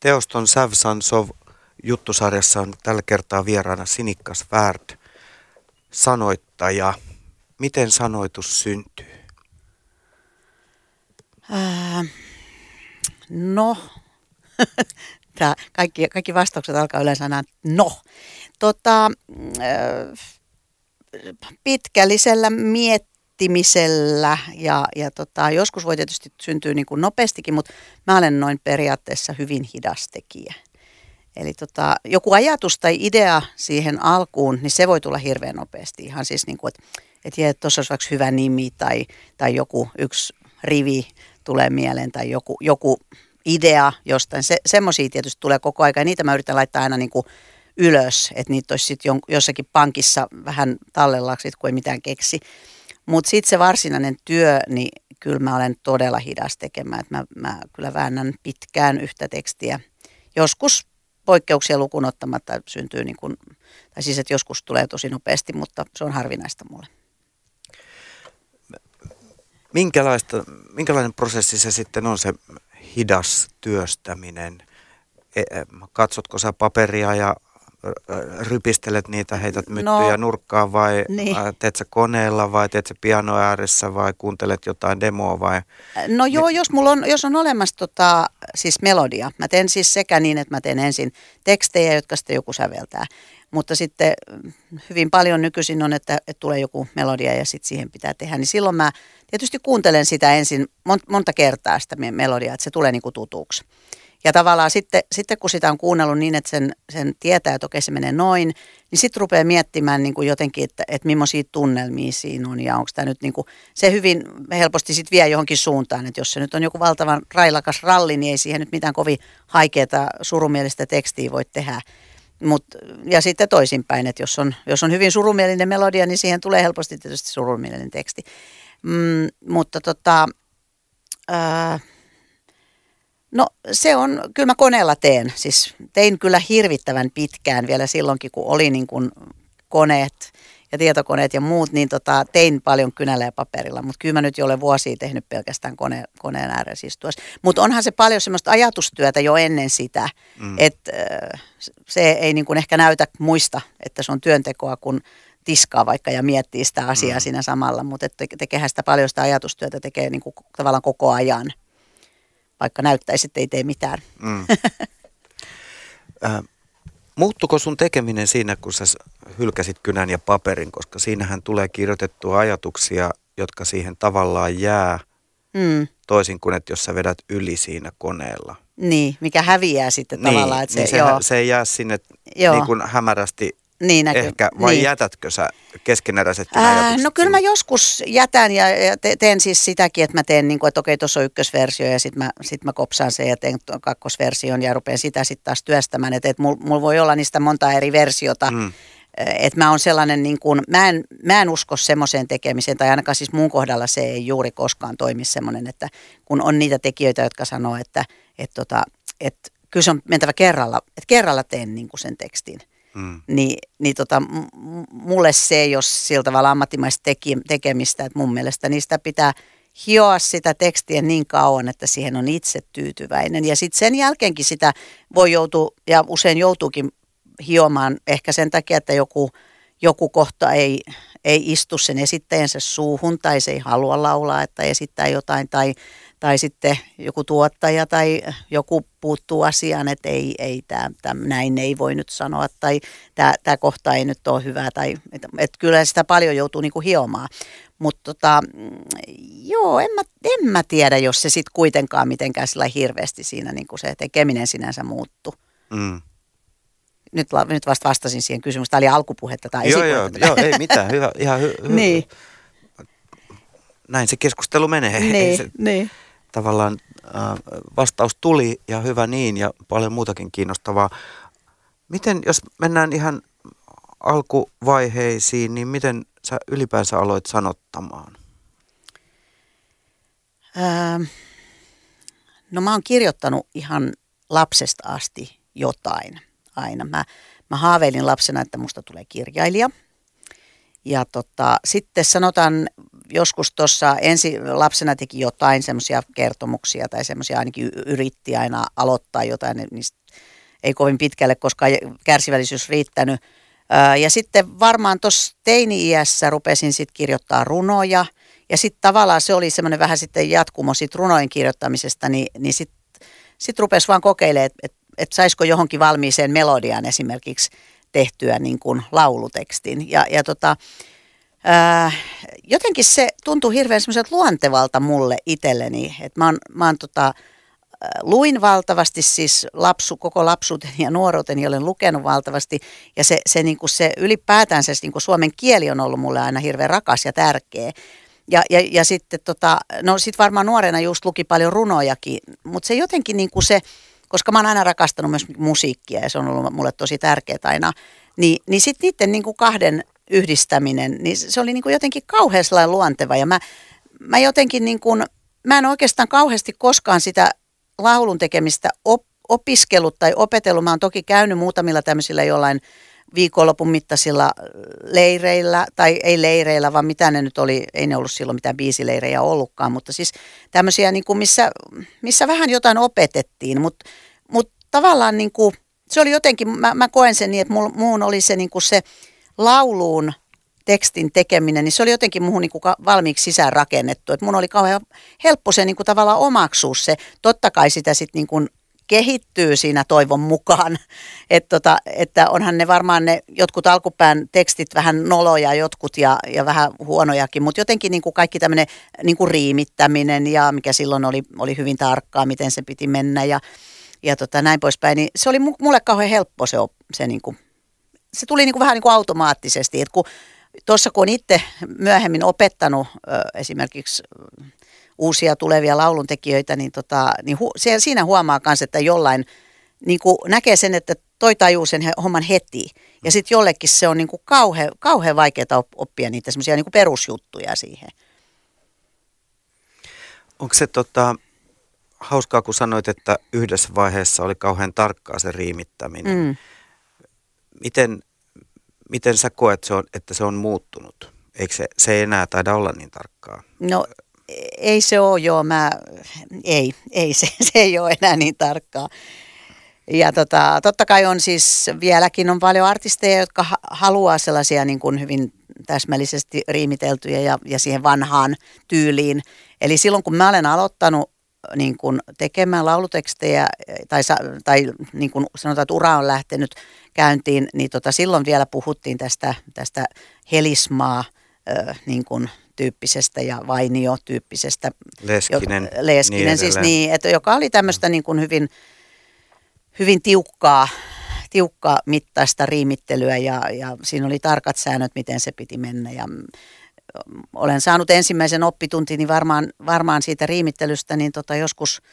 Teoston Savsansov juttusarjassa on tällä kertaa vieraana Sinikka Svärd, sanoittaja. Miten sanoitus syntyy? No, kaikki vastaukset alkaa yleensä sanaa no. Pitkällisellä miettimisellä ja joskus voi tietysti syntyä niin kuin nopeastikin, mutta mä olen noin periaatteessa hyvin hidas tekijä. Eli joku ajatus tai idea siihen alkuun, niin se voi tulla hirveän nopeasti. Ihan siis niin kuin, että tuossa olisi vaikka hyvä nimi tai joku yksi rivi tulee mieleen tai joku idea jostain. Semmoisia tietysti tulee koko ajan ja niitä mä yritän laittaa aina niin kuin ylös, että niitä olisi sitten jossakin pankissa vähän tallella, kun ei mitään keksi. Mutta sitten se varsinainen työ, niin kyllä mä olen todella hidas tekemään. Että mä kyllä väännän pitkään yhtä tekstiä. Joskus poikkeuksia lukuun ottamatta syntyy, niin kuin, tai siis että joskus tulee tosi nopeasti, mutta se on harvinaista mulle. Minkälainen prosessi se sitten on se hidas työstäminen? Katsotko sä paperia ja rypistelet niitä, heität myttyjä nurkkaan vai niin. Teet sä koneella vai teet sä piano ääressä vai kuuntelet jotain demoa vai? No joo, jos on olemassa siis melodia. Mä teen siis sekä niin, että mä teen ensin tekstejä, jotka sitten joku säveltää. Mutta sitten hyvin paljon nykyisin on, että tulee joku melodia ja sitten siihen pitää tehdä. Niin silloin mä tietysti kuuntelen sitä ensin monta kertaa sitä melodiaa, että se tulee niin kuin tutuksi. Ja tavallaan sitten kun sitä on kuunnellut niin, että sen tietää, että okei se menee noin, niin sitten rupeaa miettimään niin kuin jotenkin, että millaisia tunnelmia siinä on ja onko tämä nyt niin kuin, se hyvin helposti sitten vie johonkin suuntaan, että jos se nyt on joku valtavan railakas ralli, niin ei siihen nyt mitään kovin haikeata surumielistä tekstiä voi tehdä. Ja sitten toisinpäin, että jos on hyvin surumielinen melodia, niin siihen tulee helposti tietysti surumielinen teksti. Mutta no se on, kyllä mä koneella teen, siis tein kyllä hirvittävän pitkään vielä silloinkin, kun oli niin kuin koneet ja tietokoneet ja muut, niin tein paljon kynällä ja paperilla, mutta kyllä mä nyt jo olen vuosia tehnyt pelkästään koneen ääressä istuessa. Mutta onhan se paljon semmoista ajatustyötä jo ennen sitä, että se ei niin kuin ehkä näytä muista, että se on työntekoa, kun tiskaa vaikka ja miettii sitä asiaa siinä samalla, mutta tekehän sitä paljon sitä ajatustyötä, tekee niin kuin tavallaan koko ajan. Vaikka näyttäisi, että ei tee mitään. Muuttuko sun tekeminen siinä, kun sä hylkäsit kynän ja paperin, koska siinähän tulee kirjoitettua ajatuksia, jotka siihen tavallaan jää, toisin kuin että jos sä vedät yli siinä koneella. Niin, mikä häviää sitten tavallaan. Että se ei jää sinne niin kuin hämärästi. Niin ehkä, vai jätätkö sä keskeneräisetkin ajatukset? No kyllä mä joskus jätän ja teen siis sitäkin, että mä teen niin kuin, että okei, tuossa on ykkösversio ja sit mä kopsaan sen ja teen kakkosversion ja rupean sitä sitten taas työstämään. Että mulla voi olla niistä monta eri versiota. Että mä oon sellainen, niin kuin, mä en usko semmoiseen tekemiseen, tai ainakaan siis mun kohdalla se ei juuri koskaan toimi semmoinen, että kun on niitä tekijöitä, jotka sanoo, että kyllä se on mentävä kerralla, että kerralla teen niin kuin sen tekstin. Mulle se ei ole sillä tavalla ammattimaista tekemistä, että mun mielestä niistä pitää hioa sitä tekstiä niin kauan, että siihen on itse tyytyväinen. Ja sitten sen jälkeenkin sitä voi joutua, ja usein joutuukin hiomaan ehkä sen takia, että joku kohta ei istu sen esittäjänsä suuhun, tai se ei halua laulaa, että esittää jotain, tai sitten joku tuottaja tai joku puuttuu asiaan, että näin ei voi nyt sanoa, tai tämä kohta ei nyt ole hyvä, tai että kyllä sitä paljon joutuu niinku hiomaan. Mutta joo, en mä tiedä, jos se sitten kuitenkaan mitenkään sillä hirveästi siinä niinku se tekeminen sinänsä muuttuu. Nyt vasta vastasin siihen kysymykseen. Tämä oli alkupuhetta tai esipuhetta. Joo, ei mitään. Ihan hyvä. Niin. Näin se keskustelu menee. Niin. Tavallaan vastaus tuli ja hyvä niin ja paljon muutakin kiinnostavaa. Miten, jos mennään ihan alkuvaiheisiin, niin miten sä ylipäänsä aloit sanottamaan? No mä oon kirjoittanut ihan lapsesta asti jotain aina. Mä haaveilin lapsena, että musta tulee kirjailija. Ja sitten sanotaan joskus tuossa ensi lapsena teki jotain semmoisia kertomuksia tai semmoisia ainakin yritti aina aloittaa jotain, niistä ei kovin pitkälle, koska kärsivällisyys riittänyt. Ja sitten varmaan tuossa teini-iässä rupesin sitten kirjoittaa runoja ja sitten tavallaan se oli semmoinen vähän sitten jatkumo siitä runojen kirjoittamisesta, niin sitten rupesi vaan kokeilemaan, että saisiko johonkin valmiiseen melodiaan esimerkiksi tehtyä niin kuin laulutekstin. Jotenkin se tuntui hirveän semmoiselta luontevalta mulle itselleni, että mä oon luin valtavasti siis koko lapsuuteni ja nuoruuteni olen lukenut valtavasti ja se ylipäätänsä niin kuin suomen kieli on ollut mulle aina hirveän rakas ja tärkeä. Ja sitten sit varmaan nuorena just luki paljon runojakin, mutta se jotenkin niin kuin koska mä oon aina rakastanut myös musiikkia ja se on ollut mulle tosi tärkeää aina, niin sitten niiden niin kuin kahden yhdistäminen, niin se oli niin kuin jotenkin kauhean sellainen luonteva ja mä jotenkin niin kuin, mä en oikeastaan kauheasti koskaan sitä laulun tekemistä opiskellut tai opetellut. Mä oon toki käynyt muutamilla tämmöisillä jollain viikonlopun mittaisilla leireillä, tai ei leireillä, vaan mitä ne nyt oli, ei ne ollut silloin mitään biisileirejä ollutkaan, mutta siis tämmöisiä, niin kuin missä vähän jotain opetettiin, mutta tavallaan niin kuin, se oli jotenkin, mä koen sen niin, että muun oli se, niin kuin se lauluun tekstin tekeminen, niin se oli jotenkin muuhun niin kuin valmiiksi sisään rakennettu, että mun oli kauhean helppo se niin kuin tavallaan omaksua se, totta kai sitä sitten niin kuin kehittyy siinä toivon mukaan, että onhan ne varmaan ne jotkut alkupään tekstit vähän noloja jotkut ja vähän huonojakin, mutta jotenkin niin kuin kaikki tämmöinen niin kuin riimittäminen ja mikä silloin oli hyvin tarkkaa, miten se piti mennä ja näin poispäin, niin se oli mulle kauhean helppo se niin kuin, se tuli niin kuin vähän niin kuin automaattisesti, että tuossa kun on itse myöhemmin opettanut esimerkiksi uusia tulevia lauluntekijöitä, niin siinä huomaa myös, että jollain niin kuin näkee sen, että toi tajuu sen homman heti. Ja sitten jollekin se on niin kuin kauhean vaikeaa oppia niitä semmoisia niin kuin perusjuttuja siihen. Onko se hauskaa, kun sanoit, että yhdessä vaiheessa oli kauhean tarkkaa se riimittäminen. Miten sä koet, että se on muuttunut? Eikö se ei enää taida olla niin tarkkaa? No ei se ole, joo. Se ei ole enää niin tarkkaa. Ja totta kai on siis, vieläkin on paljon artisteja, jotka haluaa sellaisia niin kuin hyvin täsmällisesti riimiteltyjä ja siihen vanhaan tyyliin. Eli silloin kun mä olen aloittanut niin kuin tekemään laulutekstejä tai niin kuin sanotaan, että ura on lähtenyt käyntiin, niin silloin vielä puhuttiin tästä helismaa niin kuin tyyppisestä ja vainio-tyyppisestä. Leskinen siis niin, että joka oli tämmöistä niin kuin hyvin tiukkaa mittaista riimittelyä ja siinä oli tarkat säännöt, miten se piti mennä ja olen saanut ensimmäisen oppituntini varmaan siitä riimittelystä, niin joskus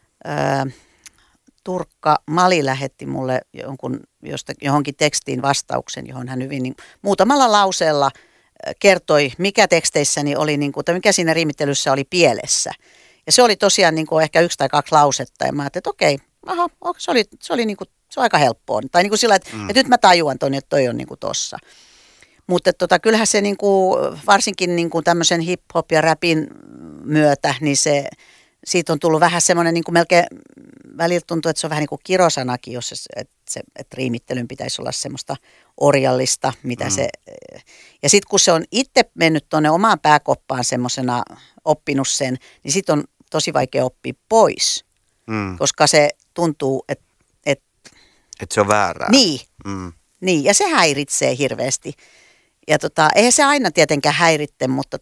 Turkka Mali lähetti mulle johonkin tekstiin vastauksen, johon hän hyvin niin, muutamalla lauseella kertoi, mikä teksteissäni oli, niin kuin, tai mikä siinä riimittelyssä oli pielessä. Ja se oli tosiaan niin kuin ehkä 1 tai 2 lausetta, ja mä ajattelin, että okei, se oli niin kuin, se on aika helppoa. Tai niin kuin sillä, että nyt mä tajuan ton, että toi on niin kuin tossa. Mutta kyllähän se niin kuin, varsinkin niin kuin tämmöisen hip-hop ja rapin myötä, niin siitä on tullut vähän semmoinen niin kuin melkein, välillä tuntuu, että se on vähän niin kuin kirosanakin, että riimittelyn pitäisi olla semmoista orjallista, mitä se, ja sitten kun se on itse mennyt tuonne omaan pääkoppaan semmoisena oppinut sen, niin sitten on tosi vaikea oppia pois, koska se tuntuu, että se on väärää. Niin, ja se häiritsee hirveästi. Ja eihän se aina tietenkään häiritte, mutta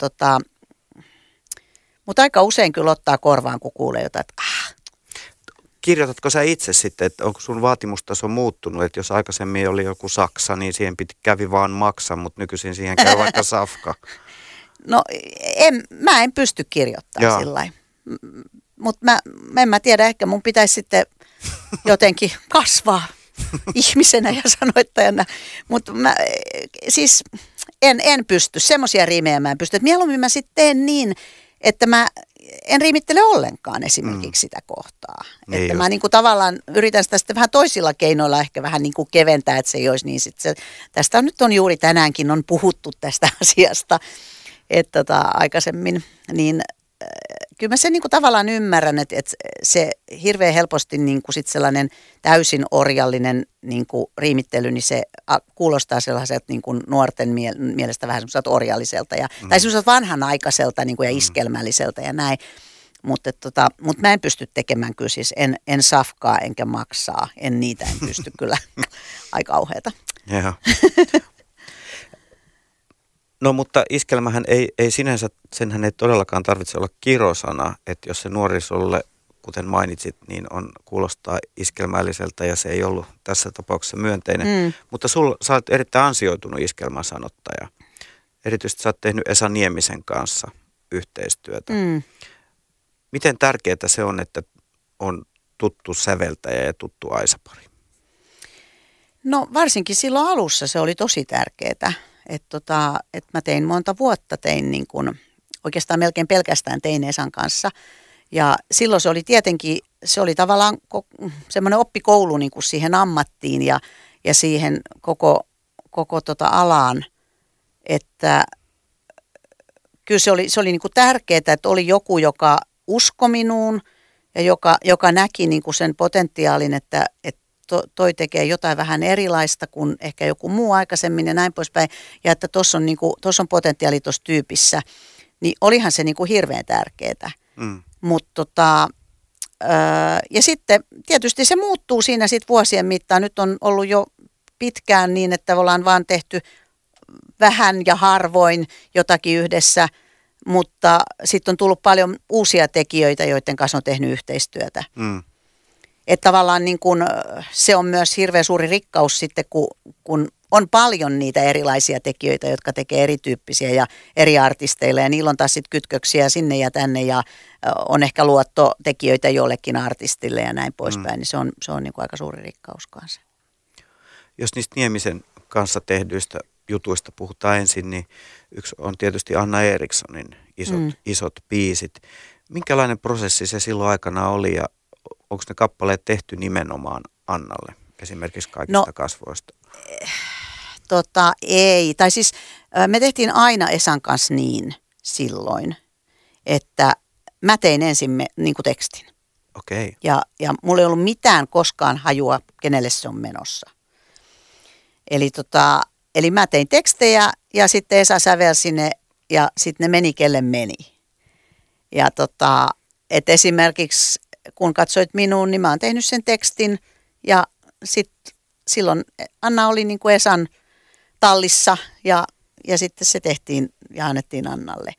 aika usein kyllä ottaa korvaan, kun kuulee jotain, että Kirjoitatko sä itse sitten, että onko sun vaatimustaso muuttunut, että jos aikaisemmin oli joku saksa, niin siihen kävi vaan maksa, mutta nykyisin siihen käy vaikka safka? No mä en pysty kirjoittamaan sillä lailla. Mutta mä tiedä, ehkä mun pitäisi sitten jotenkin kasvaa ihmisenä ja sanoittajana, mutta siis en pysty, semmoisia riimejä mä en pysty. Et mieluummin mä sitten teen niin, että mä en riimittele ollenkaan esimerkiksi sitä kohtaa. Niin että just. mä niin kuin tavallaan yritän sitä sitten vähän toisilla keinoilla ehkä vähän niin kuin keventää, että se ei olisi niin sitten tästä nyt on juuri tänäänkin on puhuttu tästä asiasta, että aikaisemmin, niin kyllä mä sen niin kuin tavallaan ymmärrän, että se hirveän helposti niin kuin sit sellainen täysin orjallinen niin kuin riimittely, niin se kuulostaa sellaiselta niin kuin nuorten mielestä vähän semmoiselta orjalliselta tai semmoiselta vanhanaikaiselta niin kuin ja iskelmälliseltä ja näin. Mutta mä en pysty tekemään kyllä siis, en safkaa enkä maksaa, niitä en pysty kyllä, aika kauheata. Joo. No mutta iskelmähän ei sinänsä, senhän ei todellakaan tarvitse olla kirosana, että jos se nuorisolle, kuten mainitsit, niin kuulostaa iskelmälliseltä ja se ei ollut tässä tapauksessa myönteinen. Mutta sä olet erittäin ansioitunut iskelmäsanottaja. Erityisesti sä oot tehnyt Esa Niemisen kanssa yhteistyötä. Miten tärkeää se on, että on tuttu säveltäjä ja tuttu aisapari? No varsinkin silloin alussa se oli tosi tärkeää. Että mä tein monta vuotta, niin kun, oikeastaan melkein pelkästään tein Esan kanssa. Ja silloin se oli tietenkin, se oli tavallaan semmoinen oppikoulu niin kuin siihen ammattiin ja siihen koko alaan. Että kyllä se oli niin kuin tärkeää, että oli joku, joka uskoi minuun ja joka näki niin kuin sen potentiaalin, että toi tekee jotain vähän erilaista kuin ehkä joku muu aikaisemmin ja näin poispäin. Ja että tuossa on potentiaali tuossa tyypissä, niin olihan se niinku hirveän tärkeää. Ja sitten tietysti se muuttuu siinä sitten vuosien mittaan. Nyt on ollut jo pitkään niin, että ollaan vaan tehty vähän ja harvoin jotakin yhdessä, mutta sitten on tullut paljon uusia tekijöitä, joiden kanssa on tehnyt yhteistyötä. Että tavallaan niin kun, se on myös hirveän suuri rikkaus sitten, kun on paljon niitä erilaisia tekijöitä, jotka tekee erityyppisiä ja eri artisteille. Ja niillä on taas sitten kytköksiä sinne ja tänne ja on ehkä luottotekijöitä jollekin artistille ja näin poispäin. Niin se on niin kuin aika suuri rikkaus kanssa. Jos niistä Niemisen kanssa tehdyistä jutuista puhutaan ensin, niin yksi on tietysti Anna Erikssonin isot biisit. Minkälainen prosessi se silloin aikana oli ja onko ne kappaleet tehty nimenomaan Annalle, esimerkiksi Kaikista kasvoista? Ei. Tai siis me tehtiin aina Esan kanssa niin silloin, että mä tein ensin niin kuin tekstin. Okei. Ja mulla ei ollut mitään koskaan hajua, kenelle se on menossa. Eli mä tein tekstejä ja sitten Esa sävelsi ne ja sitten ne meni kelle meni. Ja että esimerkiksi kun katsoit minuun, niin mä oon tehnyt sen tekstin ja silloin Anna oli niin kuin Esan tallissa ja sitten se tehtiin ja annettiin Annalle.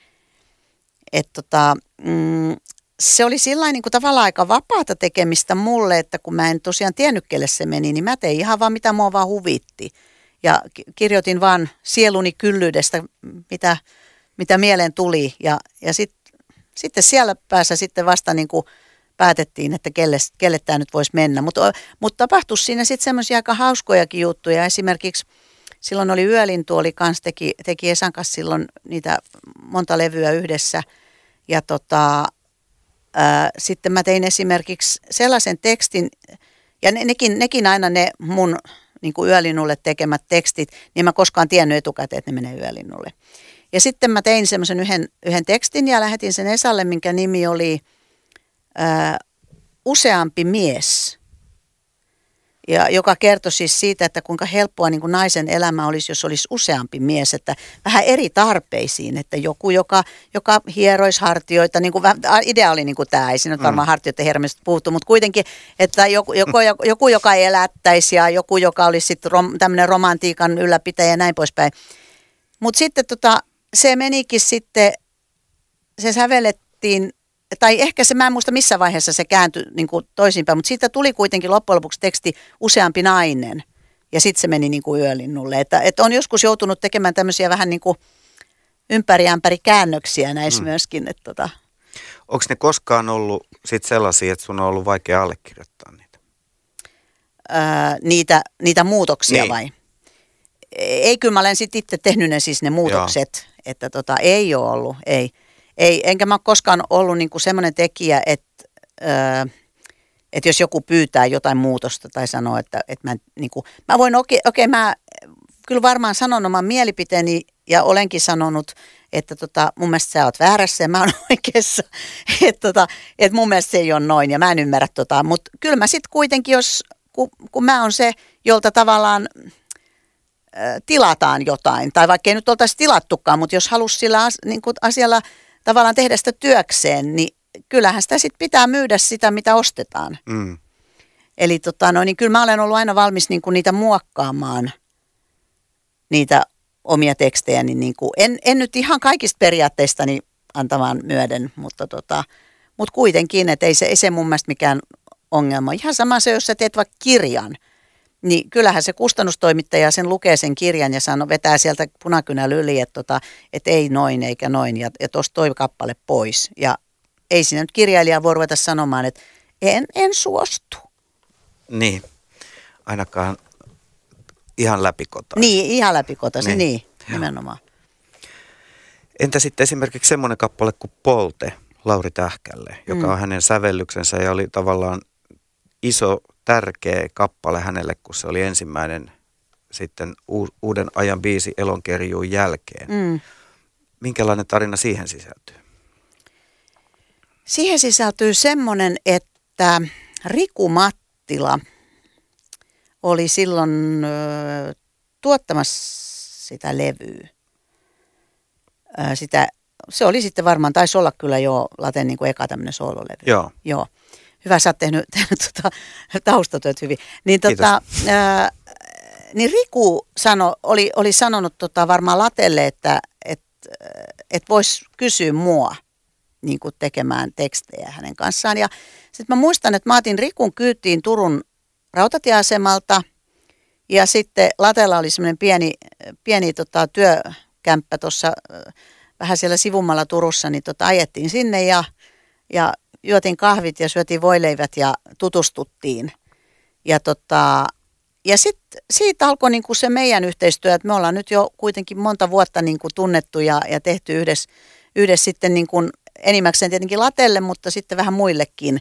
Se oli sillain niin kuin tavallaan aika vapaata tekemistä mulle, että kun mä en tosiaan tiennyt, kelle se meni, niin mä tein ihan vaan mitä mua vaan huvitti. Ja kirjoitin vaan sieluni kyllyydestä, mitä mieleen tuli ja sitten siellä päässä sitten vasta niin kuin päätettiin, että kelle tämä nyt voisi mennä. Mutta tapahtui siinä sitten semmoisia aika hauskojakin juttuja. Esimerkiksi silloin oli Yölintu, teki Esan kanssa silloin niitä monta levyä yhdessä. Ja sitten mä tein esimerkiksi sellaisen tekstin, ja nekin aina ne mun niin kuin Yölinnulle tekemät tekstit, niin mä koskaan tiennyt etukäteen, että ne menee Yölinnulle. Ja sitten mä tein semmoisen yhden tekstin ja lähetin sen Esalle, minkä nimi oli Useampi mies, joka kertoi siis siitä, että kuinka helppoa niin kuin naisen elämä olisi, jos olisi useampi mies, että vähän eri tarpeisiin, että joku, joka hieroisi hartioita, niin kuin, idea oli niin kuin tämä, ei siinä ole varmaan hartioiden hieromista puhuttu, mutta kuitenkin, että joku joka elättäisi ja joku, joka olisi sitten tämmöinen romantiikan ylläpitäjä ja näin poispäin. Mutta sitten se menikin sitten, se sävellettiin, tai ehkä se, mä en muista missä vaiheessa se kääntyi niin kuin toisinpäin, mutta siitä tuli kuitenkin loppujen lopuksi teksti Useampi nainen, ja sitten se meni niin kuin Yölinnulle. Että on joskus joutunut tekemään tämmöisiä vähän niin kuin ympäri käännöksiä näissä myöskin. Onko ne koskaan ollut sit sellaisia, että sun on ollut vaikea allekirjoittaa niitä? Niitä muutoksia niin. Vai? Ei, kyllä mä olen sitten itse tehnyt ne siis ne muutokset, että ei ole ollut, ei. Enkä mä ole koskaan ollut niin kuin semmoinen tekijä, että jos joku pyytää jotain muutosta tai sanoo, että mä, niin kuin, mä voin, mä kyllä varmaan sanon oman mielipiteeni ja olenkin sanonut, että mun mielestä sä oot väärässä ja mä oon oikeassa, että mun mielestä se ei ole noin ja mä en ymmärrä mutta kyllä mä sitten kuitenkin, kun mä oon se, jolta tavallaan tilataan jotain, tai vaikka ei nyt oltaisi tilattukaan, mutta jos halusi sillä niin kuin asialla tavallaan tehdä sitä työkseen, niin kyllähän sitä sitten pitää myydä sitä, mitä ostetaan. Mm. Eli niin kyllä mä olen ollut aina valmis niin kuin niitä muokkaamaan, niitä omia tekstejäni. Niin kuin, en nyt ihan kaikista periaatteistani antamaan myöden, mutta kuitenkin, että ei se mun mielestä mikään ongelma. Ihan sama se, jos sä teet vaikka kirjan, niin kyllähän se kustannustoimittaja sen lukee sen kirjan ja vetää sieltä punakynällä yli, että ei noin eikä noin ja tuosta toi kappale pois. Ja ei siinä nyt kirjailija voi ruveta sanomaan, että en suostu. Niin, ainakaan ihan läpikotaisin. Niin, ihan läpikotaisin, niin nimenomaan. Entä sitten esimerkiksi semmoinen kappale kuin Polte Lauri Tähkälle, joka on hänen sävellyksensä ja oli tavallaan iso, tärkeä kappale hänelle, kun se oli ensimmäinen sitten uuden ajan biisi Elonkerjuun jälkeen. Mm. Minkälainen tarina siihen sisältyy? Siihen sisältyy semmoinen, että Riku Mattila oli silloin tuottamassa sitä levyä. Se oli sitten varmaan, taisi olla kyllä jo Laten niin kuin eka tämmöinen soololevy. Joo. Hyvä, sä oot tehnyt taustatyöt hyvin. Niin, niin Riku oli sanonut varmaan Latelle, että voisi kysyä mua niin kuin tekemään tekstejä hänen kanssaan. Ja sitten mä muistan, että mä otin Rikun kyytiin Turun rautatieasemalta ja sitten Latella oli semmoinen pieni työkämppä tuossa vähän siellä sivummalla Turussa, niin ajettiin sinne ja juotiin kahvit ja syötiin voileivät ja tutustuttiin. Ja sitten siitä alkoi niinku se meidän yhteistyö, että me ollaan nyt jo kuitenkin monta vuotta niinku tunnettu ja tehty yhdessä sitten niinku enimmäkseen tietenkin Latelle, mutta sitten vähän muillekin.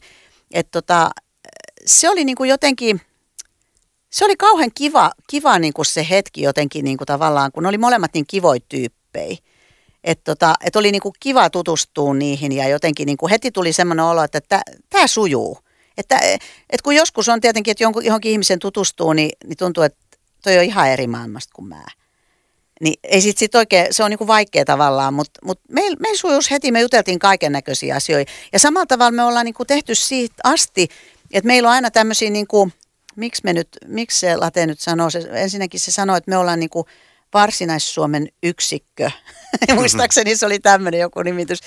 Se oli niinku jotenkin, se oli kauhean kiva niinku se hetki jotenkin niinku tavallaan, kun oli molemmat niin kivoja tyyppejä. Että oli niinku kiva tutustua niihin ja jotenkin niinku heti tuli semmoinen olo, että tämä sujuu. Että kun joskus on tietenkin, että johonkin ihmisen tutustuu, niin tuntuu, että toi on ihan eri maailmasta kuin mä. Niin ei sit oikein, se on niinku vaikea tavallaan, mutta meillä sujuus heti, me juteltiin kaiken näköisiä asioita. Ja samalla tavalla me ollaan niinku tehty siitä asti, että meillä on aina tämmöisiä, niinku, miksi se Late nyt sanoo, ensinnäkin se sanoo, että me ollaan niinku Varsinais-Suomen yksikkö. Muistaakseni se oli tämmöinen joku nimitys.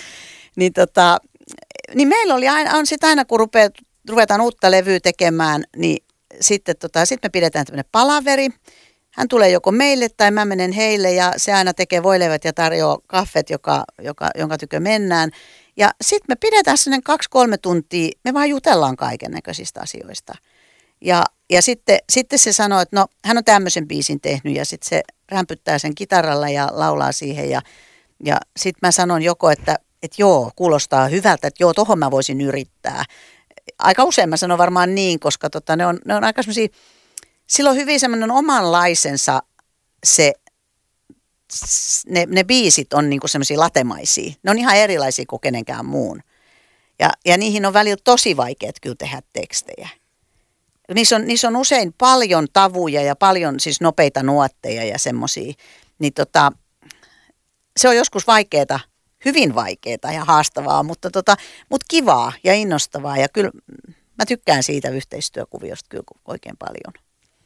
Niin meillä oli on sitten aina, kun ruvetaan uutta levyä tekemään, niin sitten me pidetään tämmöinen palaveri. Hän tulee joko meille tai mä menen heille ja se aina tekee voileivät ja tarjoaa kaffet, jonka tykö mennään. Ja sitten me pidetään sellainen 2-3 tuntia, me vaan jutellaan kaiken näköisistä asioista. Ja sitten se sanoo, että no hän on tämmöisen biisin tehnyt ja sitten se rämpyttää sen kitaralla ja laulaa siihen ja sitten mä sanon joko, että joo, kuulostaa hyvältä, että joo, tohon mä voisin yrittää. Aika usein mä sanon varmaan niin, koska ne on aika semmoisia, sillä on hyvin semmoinen omanlaisensa ne biisit on niinku semmoisia latemaisia. Ne on ihan erilaisia kuin kenenkään muun. Ja niihin on välillä tosi vaikeat kyllä tehdä tekstejä. Niissä on usein paljon tavuja ja paljon siis nopeita nuotteja ja semmoisia. Niin se on joskus vaikeaa, hyvin vaikeaa ja haastavaa, mutta kivaa ja innostavaa. Ja kyllä mä tykkään siitä yhteistyökuviosta kyllä oikein paljon.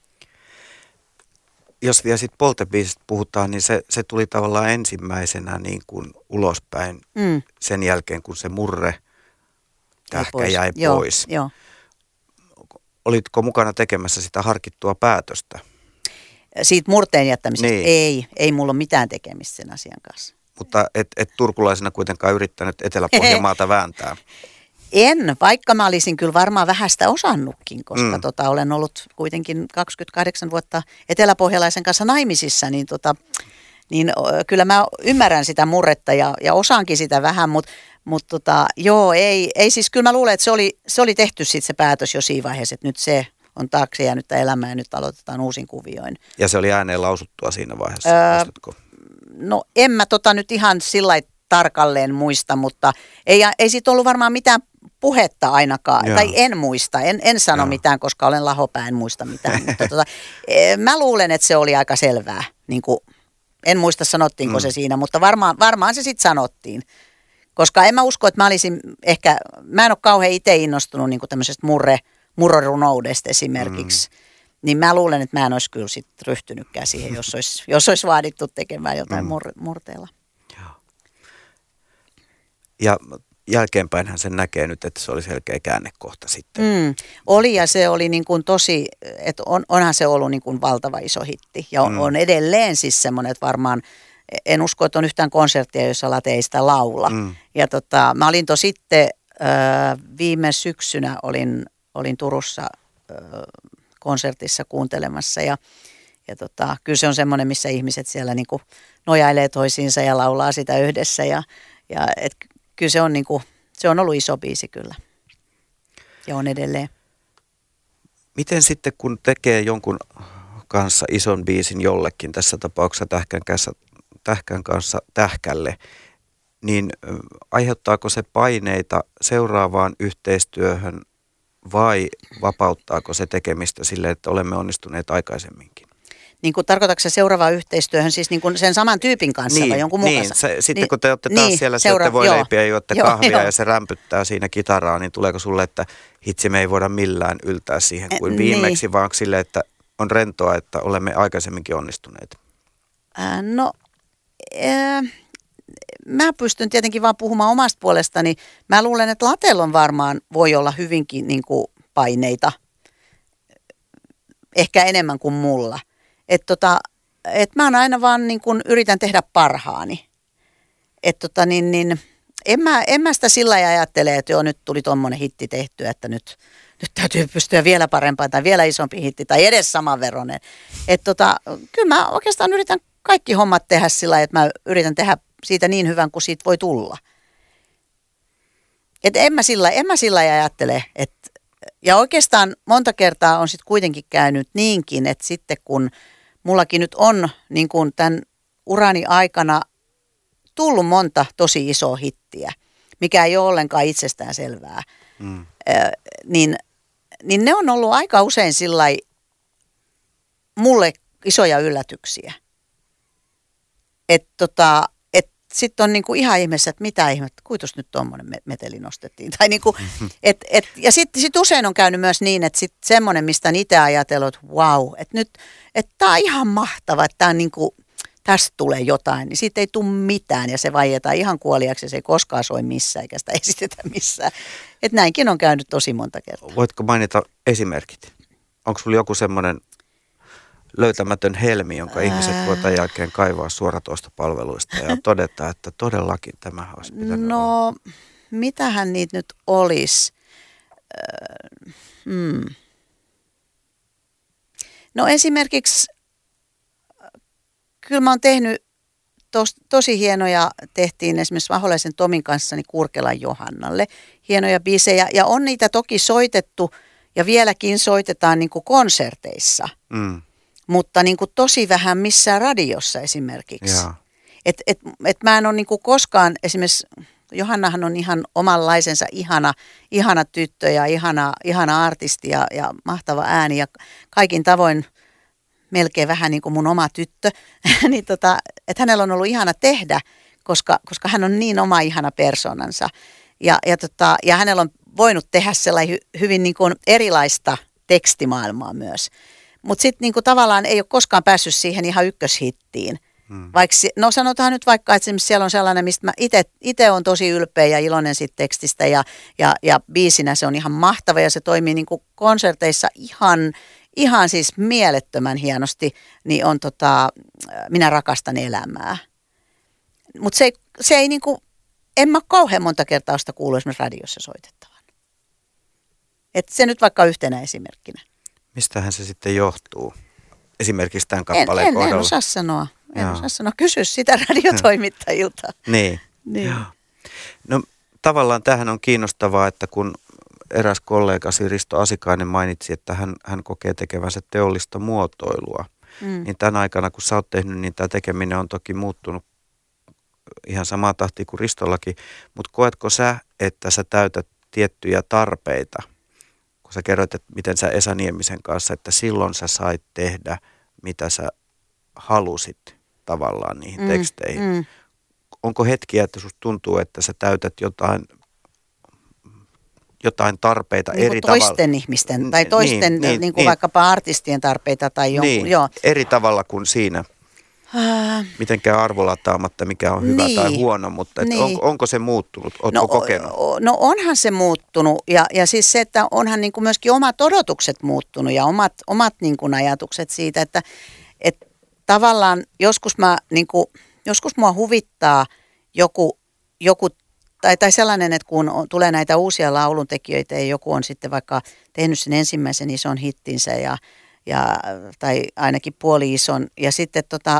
Jos vielä sitten Polte-biisistä puhutaan, niin se tuli tavallaan ensimmäisenä niin kuin ulospäin sen jälkeen, kun se Murre tähkä jäi pois. Joo. Olitko mukana tekemässä sitä harkittua päätöstä? Siitä murteen jättämisestä? Niin. Ei mulla ole mitään tekemistä sen asian kanssa. Mutta et turkulaisena kuitenkaan yrittänyt Etelä-Pohjanmaata vääntää. En, vaikka mä olisin kyllä varmaan vähän sitä osannutkin, koska olen ollut kuitenkin 28 vuotta eteläpohjalaisen kanssa naimisissa, niin niin kyllä mä ymmärrän sitä murretta ja osaankin sitä vähän, mutta joo, ei siis kyllä mä luulen, että se oli tehty sitten se päätös jo siinä vaiheessa, että nyt se on taakse jäänyttä elämää ja nyt aloitetaan uusin kuvioin. Ja se oli ääneen lausuttua siinä vaiheessa, muistatko? No en mä nyt ihan sillä tarkalleen muista, mutta ei siitä ollut varmaan mitään puhetta ainakaan, tai en muista, en sano mitään, koska olen lahopää, en muista mitään, mutta mä luulen, että se oli aika selvää, niin kuin, en muista sanottiinko se siinä, mutta varmaan se sitten sanottiin, koska en mä usko, että mä en ole kauhean itse innostunut niin kuin tämmöisestä murrorunoudesta esimerkiksi, niin mä luulen, että mä en olisi kyllä sit ryhtynytkään siihen, jos olisi vaadittu tekemään jotain murteella. Ja jälkeenpäinhän sen näkee nyt, että se oli selkeä käännekohta sitten. Oli ja se oli niin kuin tosi, että onhan se ollut niin kuin valtava iso hitti. Ja on edelleen siis semmoinen, että varmaan, en usko, että on yhtään konserttia, jossa Late ei sitä laula. Ja mä olin sitten viime syksynä olin Turussa konsertissa kuuntelemassa ja kyllä se on semmoinen, missä ihmiset siellä niin kuin nojailee toisiinsa ja laulaa sitä yhdessä ja kyllä se on, niin kuin, se on ollut iso biisi kyllä ja on edelleen. Miten sitten kun tekee jonkun kanssa ison biisin jollekin, tässä tapauksessa Tähkän kanssa Tähkälle, niin aiheuttaako se paineita seuraavaan yhteistyöhön vai vapauttaako se tekemistä sille, että olemme onnistuneet aikaisemminkin? Niin kuin tarkoitatko se seuraavaan yhteistyöhön siis niin kuin sen saman tyypin kanssa vai jonkun muun kanssa? Sitten kun te olette taas siellä, syötte voileipiä ja juotte kahvia ja se rämpyttää siinä kitaraa, niin tuleeko sulle, että hitsi me ei voida millään yltää siihen kuin viimeksi, vaan sille, että on rentoa, että olemme aikaisemminkin onnistuneet? Mä pystyn tietenkin vaan puhumaan omasta puolestani. Mä luulen, että Latella varmaan voi olla hyvinkin niin kuin paineita, ehkä enemmän kuin mulla. Että mä oon aina vaan niin kuin yritän tehdä parhaani. Että en mä sitä sillä lailla ajattele, että joo, nyt tuli tommonen hitti tehtyä, että nyt täytyy pystyä vielä parempaan tai vielä isompi hitti tai edes samanveroinen. Että kyllä mä oikeastaan yritän kaikki hommat tehdä sillä lailla, että mä yritän tehdä siitä niin hyvän kuin siitä voi tulla. Että en mä sillä ajattele, että ja oikeastaan monta kertaa on sitten kuitenkin käynyt niinkin, että sitten kun mullakin nyt on niin kuin tämän urani aikana tullut monta tosi isoa hittiä, mikä ei ole ollenkaan itsestään selvää, niin ne on ollut aika usein sillai mulle isoja yllätyksiä. Että sitten on niinku ihan ihmeessä, että mitä ihmettä, kuitus nyt tuommoinen meteli nostettiin. Tai niinku, ja sitten usein on käynyt myös niin, että sitten semmoinen, mistä on itse ajatellut, että vau, että nyt, että tämä on ihan mahtava, että tämä on niinku, tästä tulee jotain, niin siitä ei tule mitään ja se vaietaan ihan kuoliaksi ja se ei koskaan soi missään eikä sitä esitetä missään. Että näinkin on käynyt tosi monta kertaa. Voitko mainita esimerkit? Onko sulla joku semmoinen löytämätön helmi, jonka ihmiset voi tämän jälkeen kaivaa suoratoistopalveluista ja todeta, että todellakin tämä olisi pitänyt olla? No, mitähän niitä nyt olisi? No esimerkiksi, kyllä mä oon tehnyt tosi hienoja, tehtiin esimerkiksi Vaholaisen Tomin kanssa niin Kurkelan Johannalle hienoja biisejä ja on niitä toki soitettu ja vieläkin soitetaan niin kuin konserteissa. Mutta niin kuin tosi vähän missään radiossa esimerkiksi. Et mä en ole niin kuin koskaan, esimerkiksi Johannahan on ihan omanlaisensa ihana tyttö ja ihana artisti ja mahtava ääni ja kaikin tavoin melkein vähän niin kuin mun oma tyttö. Niin että hänellä on ollut ihana tehdä, koska hän on niin oma ihana persoonansa. Ja hänellä on voinut tehdä sellainen hyvin niin kuin erilaista tekstimaailmaa myös. Mutta sitten niinku tavallaan ei ole koskaan päässyt siihen ihan ykköshittiin. No sanotaan nyt vaikka, että siellä on sellainen, mistä mä itse olen tosi ylpeä ja iloinen siitä tekstistä ja biisinä se on ihan mahtava ja se toimii niinku konserteissa ihan siis mielettömän hienosti, niin on Minä rakastan elämää. Mutta se ei niinku, en mä kauhean monta kertaa sitä kuullut esimerkiksi radiossa soitettavan. Et se nyt vaikka yhtenä esimerkkinä. Mistähän se sitten johtuu? Esimerkiksi tämän kappaleen kohdalla. En osaa sanoa. En osaa sanoa, kysy sitä radiotoimittajilta. Niin. No tavallaan tämähän on kiinnostavaa, että kun eräs kollegasi Risto Asikainen mainitsi, että hän kokee tekevänsä teollista muotoilua. Niin tämän aikana, kun sä oot tehnyt, niin tämä tekeminen on toki muuttunut ihan samaa tahtia kuin Ristollakin. Mutta koetko sä, että sä täytät tiettyjä tarpeita, kun sä kerroit, että miten sä Esa Niemisen kanssa, että silloin sä sait tehdä, mitä sä halusit tavallaan niihin teksteihin. Onko hetkiä, että susta tuntuu, että sä täytät jotain tarpeita niin eri toisten tavalla. Ihmisten tai toisten niin kuin vaikkapa artistien tarpeita tai jonkun. Niin, joo. eri tavalla kuin siinä. Mitenkään arvolataamatta, mikä on hyvä tai huono, mutta onko se muuttunut? Ootko kokenut? No onhan se muuttunut ja siis se, että onhan niin kuin myöskin omat odotukset muuttunut ja omat niin kuin ajatukset siitä, että tavallaan joskus mua huvittaa joku tai sellainen, että kun tulee näitä uusia lauluntekijöitä ja joku on sitten vaikka tehnyt sen ensimmäisen ison hittinsä tai ainakin puoli ison ja sitten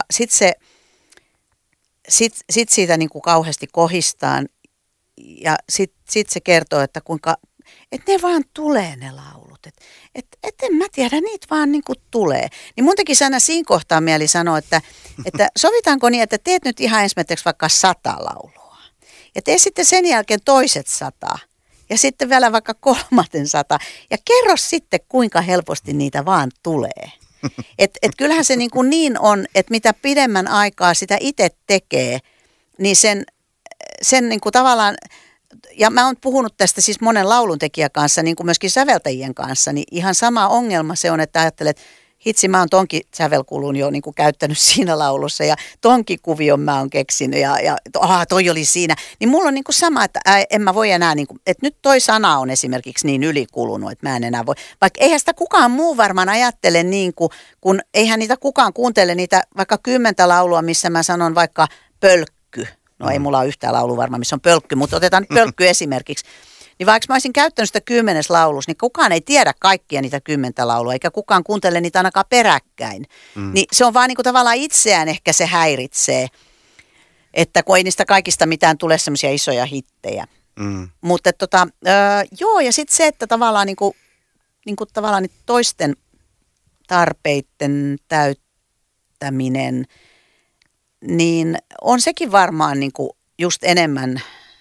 sit siitä niin kuin kauheasti kohistaan ja sit se kertoo, että kuinka että ne vaan tulee ne laulut. Että en mä tiedä, niitä vaan niin kuin tulee. Niin mun teki aina siinä kohtaa mieli sanoa, että sovitaanko niin, että teet nyt ihan ensimmäiseksi vaikka 100 laulua. Ja tee sitten sen jälkeen toiset 100. Ja sitten vielä vaikka 300. Ja kerro sitten, kuinka helposti niitä vaan tulee. Et kyllähän se niin on, että mitä pidemmän aikaa sitä itse tekee, niin sen niin kuin tavallaan, ja mä oon puhunut tästä siis monen lauluntekijän kanssa, niin kuin myöskin säveltäjien kanssa, niin ihan sama ongelma se on, että ajattelet, hitsi mä oon tonkin sävelkulun jo niin kuin käyttänyt siinä laulussa ja tonkin kuvion mä oon keksinyt ja toi oli siinä. Niin mulla on niin kuin sama, että en mä voi enää, niin kuin, että nyt toi sana on esimerkiksi niin ylikulunut, että mä en enää voi. Vaikka eihän sitä kukaan muu varmaan ajattele niin kuin, kun eihän niitä kukaan kuuntele niitä vaikka 10 laulua, missä mä sanon vaikka pölkky. No ei mulla ole yhtään laulua varmaan, missä on pölkky, mutta otetaan nyt pölkky esimerkiksi. Niin vaikka mä olisin käyttänyt sitä 10 laulussa, niin kukaan ei tiedä kaikkia niitä 10 laulua, eikä kukaan kuuntele niitä ainakaan peräkkäin. Niin se on vaan niin kuin tavallaan itseään ehkä se häiritsee, että kun ei niistä kaikista mitään tule semmoisia isoja hittejä. Mutta joo, ja sitten se, että tavallaan, niin kuin tavallaan toisten tarpeiden täyttäminen, niin on sekin varmaan niin kuin just enemmän.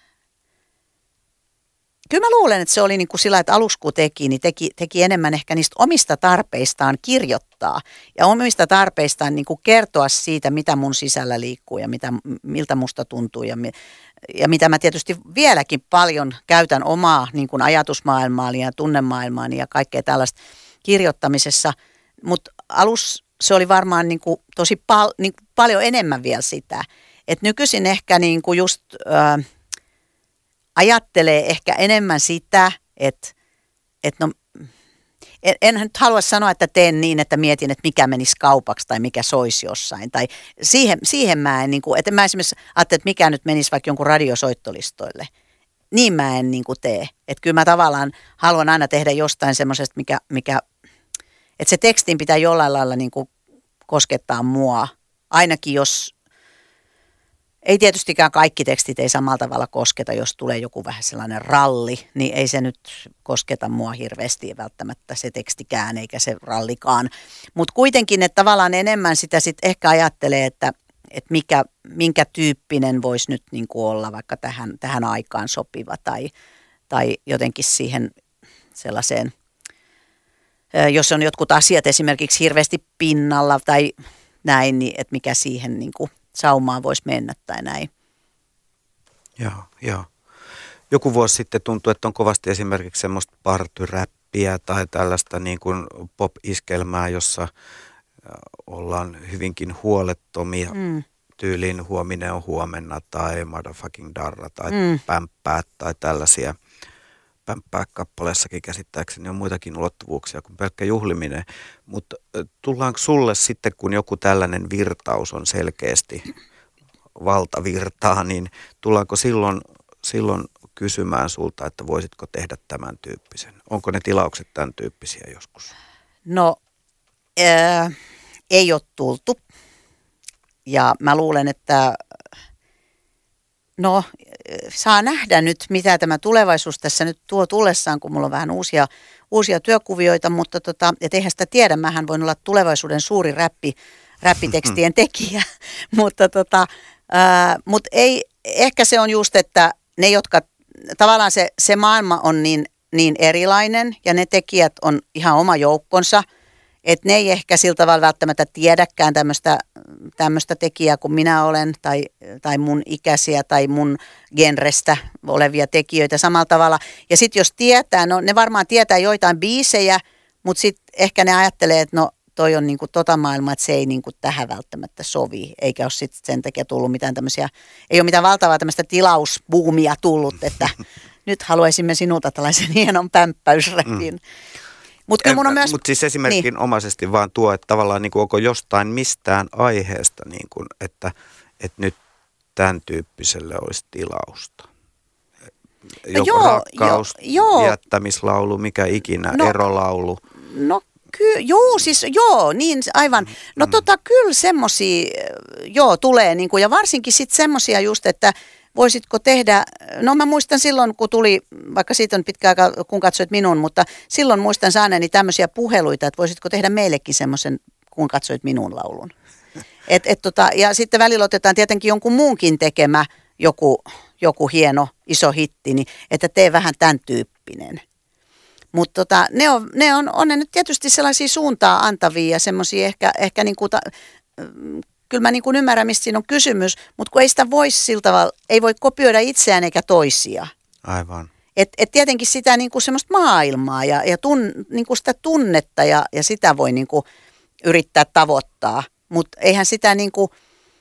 Kyllä mä luulen, että se oli niin kuin sillä, että aluksi kun teki, niin teki enemmän ehkä niistä omista tarpeistaan kirjoittaa ja omista tarpeistaan niin kuin kertoa siitä, mitä mun sisällä liikkuu ja miltä musta tuntuu ja mitä mä tietysti vieläkin paljon käytän omaa niin kuin ajatusmaailmaani ja tunnemaailmaani ja kaikkea tällaista kirjoittamisessa, mutta alussa se oli varmaan niin kuin tosi paljon enemmän vielä sitä, että nykyisin ehkä niin kuin just ajattelee ehkä enemmän sitä, että no, en nyt halua sanoa, että teen niin, että mietin, että mikä menisi kaupaksi tai mikä soisi jossain. Tai siihen mä en, niin kuin, että mä esimerkiksi ajattelin, että mikä nyt menisi vaikka jonkun radiosoittolistoille. Niin mä en niin kuin tee. Että kyllä mä tavallaan haluan aina tehdä jostain semmoisesta, että se tekstin pitää jollain lailla niin kuin koskettaa mua. Ainakin jos ei tietystikään kaikki tekstit ei samalla tavalla kosketa, jos tulee joku vähän sellainen ralli, niin ei se nyt kosketa mua hirveästi välttämättä se tekstikään eikä se rallikaan. Mutta kuitenkin, että tavallaan enemmän sitä sitten ehkä ajattelee, että minkä tyyppinen voisi nyt niinku olla vaikka tähän aikaan sopiva tai jotenkin siihen sellaiseen, jos on jotkut asiat esimerkiksi hirveästi pinnalla tai näin, niin että mikä siihen niinku saumaan voisi mennä tai näin. Joo. Joku vuosi sitten tuntui, että on kovasti esimerkiksi semmoista partyräppiä tai tällaista niin kuin pop-iskelmää, jossa ollaan hyvinkin huolettomia. Tyyliin huominen on huomenna tai motherfucking darra tai pämppäät tai tällaisia. Pämppää-kappaleessakin käsittääkseni on muitakin ulottuvuuksia kuin pelkkä juhliminen. Mutta tullaanko sulle sitten, kun joku tällainen virtaus on selkeästi valtavirtaa, niin tullaanko silloin kysymään sulta, että voisitko tehdä tämän tyyppisen? Onko ne tilaukset tämän tyyppisiä joskus? No, ei ole tultu. Ja mä luulen, että no saa nähdä nyt, mitä tämä tulevaisuus tässä nyt tuo tullessaan, kun mulla on vähän uusia työkuvioita, mutta et eihän sitä tiedä, mähän voin olla tulevaisuuden suuri räppitekstien tekijä, mutta ei, ehkä se on just, että ne, jotka tavallaan se maailma on niin erilainen ja ne tekijät on ihan oma joukkonsa, että ne ei ehkä sillä tavalla välttämättä tiedäkään tämmöistä tekijää kuin minä olen tai mun ikäisiä tai mun genrestä olevia tekijöitä samalla tavalla. Ja sitten jos tietää, no ne varmaan tietää joitain biisejä, mutta sitten ehkä ne ajattelee, että no toi on niinku maailmaa, että se ei niinku tähän välttämättä sovi. Eikä ole sitten sen takia tullut mitään tämmöisiä, ei ole mitään valtavaa tämmöistä tilausbuumia tullut, että nyt haluaisimme sinulta tällaisen hienon pämppäysräpin. Mutta siis esimerkinomaisesti vaan tuo, että tavallaan niin kuin, onko jostain mistään aiheesta, niin kuin, että nyt tämän tyyppiselle olisi tilausta. Joko rakkaus, jättämislaulu, mikä ikinä, erolaulu. No niin aivan. No kyllä semmosia, tulee niin kuin, ja varsinkin sitten semmosia just, että voisitko tehdä, no mä muistan silloin, kun tuli, vaikka siitä on pitkä aika, kun katsoit minun, mutta silloin muistan saaneeni tämmöisiä puheluita, että voisitko tehdä meillekin semmoisen, kun katsoit minun laulun. Ja sitten välillä otetaan tietenkin jonkun muunkin tekemä joku hieno iso hitti, niin että tee vähän tämän tyyppinen. Mutta ne on ne nyt tietysti sellaisia suuntaa antavia ja semmoisia ehkä niin kuin kyllä mä niin kuin ymmärrän, mistä siinä on kysymys, mutta kun ei sitä voi sillä tavalla, ei voi kopioida itseään eikä toisia. Aivan. Et tietenkin sitä niin kuin semmoista maailmaa ja niin kuin sitä tunnetta ja sitä voi niin kuin yrittää tavoittaa, mutta eihän sitä niin kuin,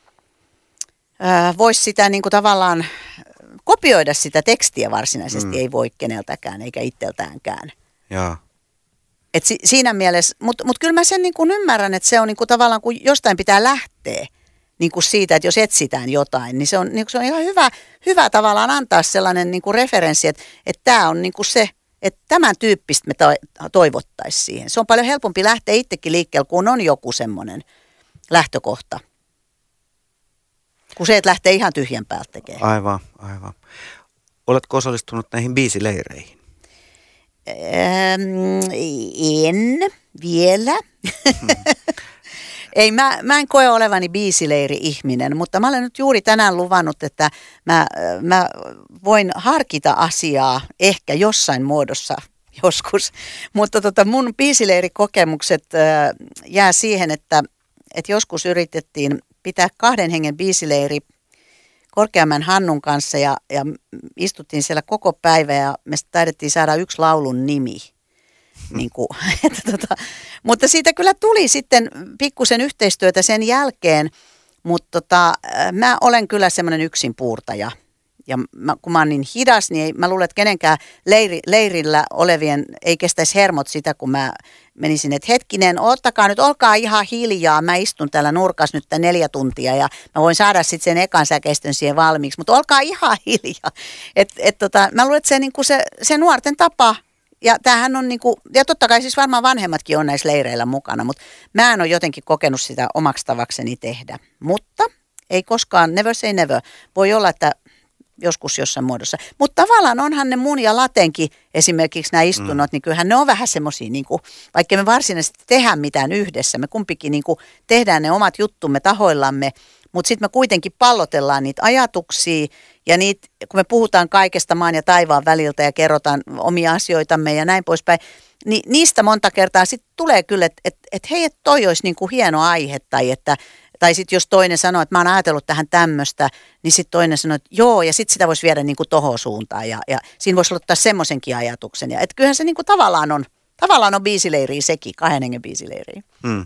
voisi sitä niin kuin tavallaan kopioida sitä tekstiä varsinaisesti, ei voi keneltäkään eikä itseltäänkään. Jaa. Et siinä mielessä, mutta kyllä mä sen niin kuin ymmärrän, että se on niin kuin tavallaan, kun jostain pitää lähteä niin kuin siitä, että jos etsitään jotain, niin se on ihan hyvä tavallaan antaa sellainen niin kuin referenssi, että tämä on niin kuin se, että tämän tyyppistä me toivottaisiin siihen. Se on paljon helpompi lähteä itsekin liikkeelle, kun on joku semmoinen lähtökohta, kuin se, että lähtee ihan tyhjän päältä tekemään. Aivan. Oletko osallistunut näihin biisileireihin? En vielä. Ei, mä en koe olevani biisileiri-ihminen, mutta mä olen nyt juuri tänään luvannut, että mä voin harkita asiaa ehkä jossain muodossa joskus. Mutta mun biisileirikokemukset jää siihen, että joskus yritettiin pitää 2 hengen biisileiri Korkeamman Hannun kanssa ja istuttiin siellä koko päivä ja me taidettiin saada 1 laulun nimi. Niin kuin, mutta siitä kyllä tuli sitten pikkusen yhteistyötä sen jälkeen, mutta mä olen kyllä semmoinen yksinpuurtaja. Ja kun mä oon niin hidas, niin mä luulen, että kenenkään leirillä olevien ei kestäisi hermot sitä, kun mä menisin, että hetkinen, olkaa ihan hiljaa, mä istun täällä nurkassa nyt 4 tuntia ja mä voin saada sitten sen ekan säkeistön siihen valmiiksi, mutta olkaa ihan hiljaa. Mä luulen, että se, niinku se nuorten tapa, ja tämähän on niinku, ja totta kai siis varmaan vanhemmatkin on näissä leireillä mukana, mutta mä en ole jotenkin kokenut sitä omaksi tavakseni tehdä, mutta ei koskaan, never say never, voi olla, että joskus jossain muodossa. Mutta tavallaan onhan ne mun ja Latenkin esimerkiksi nämä istunnot, niin kyllähän ne on vähän semmoisia, niin vaikka me varsinaisesti tehdään mitään yhdessä, me kumpikin niin kuin tehdään ne omat juttumme tahoillamme, mutta sitten me kuitenkin pallotellaan niitä ajatuksia ja niitä, kun me puhutaan kaikesta maan ja taivaan väliltä ja kerrotaan omia asioitamme ja näin poispäin, niin niistä monta kertaa sitten tulee kyllä, että hei, että toi olisi niin kuin hieno aihe tai sitten jos toinen sanoo, että mä oon ajatellut tähän tämmöistä, niin sitten toinen sanoo, että joo, ja sitten sitä voisi viedä niin kuin tohon suuntaan. Ja siinä voisi ottaa semmoisenkin ajatuksen. Ja että kyllähän se niin kuin tavallaan on biisileiriä sekin, 2 hengen biisileiriä.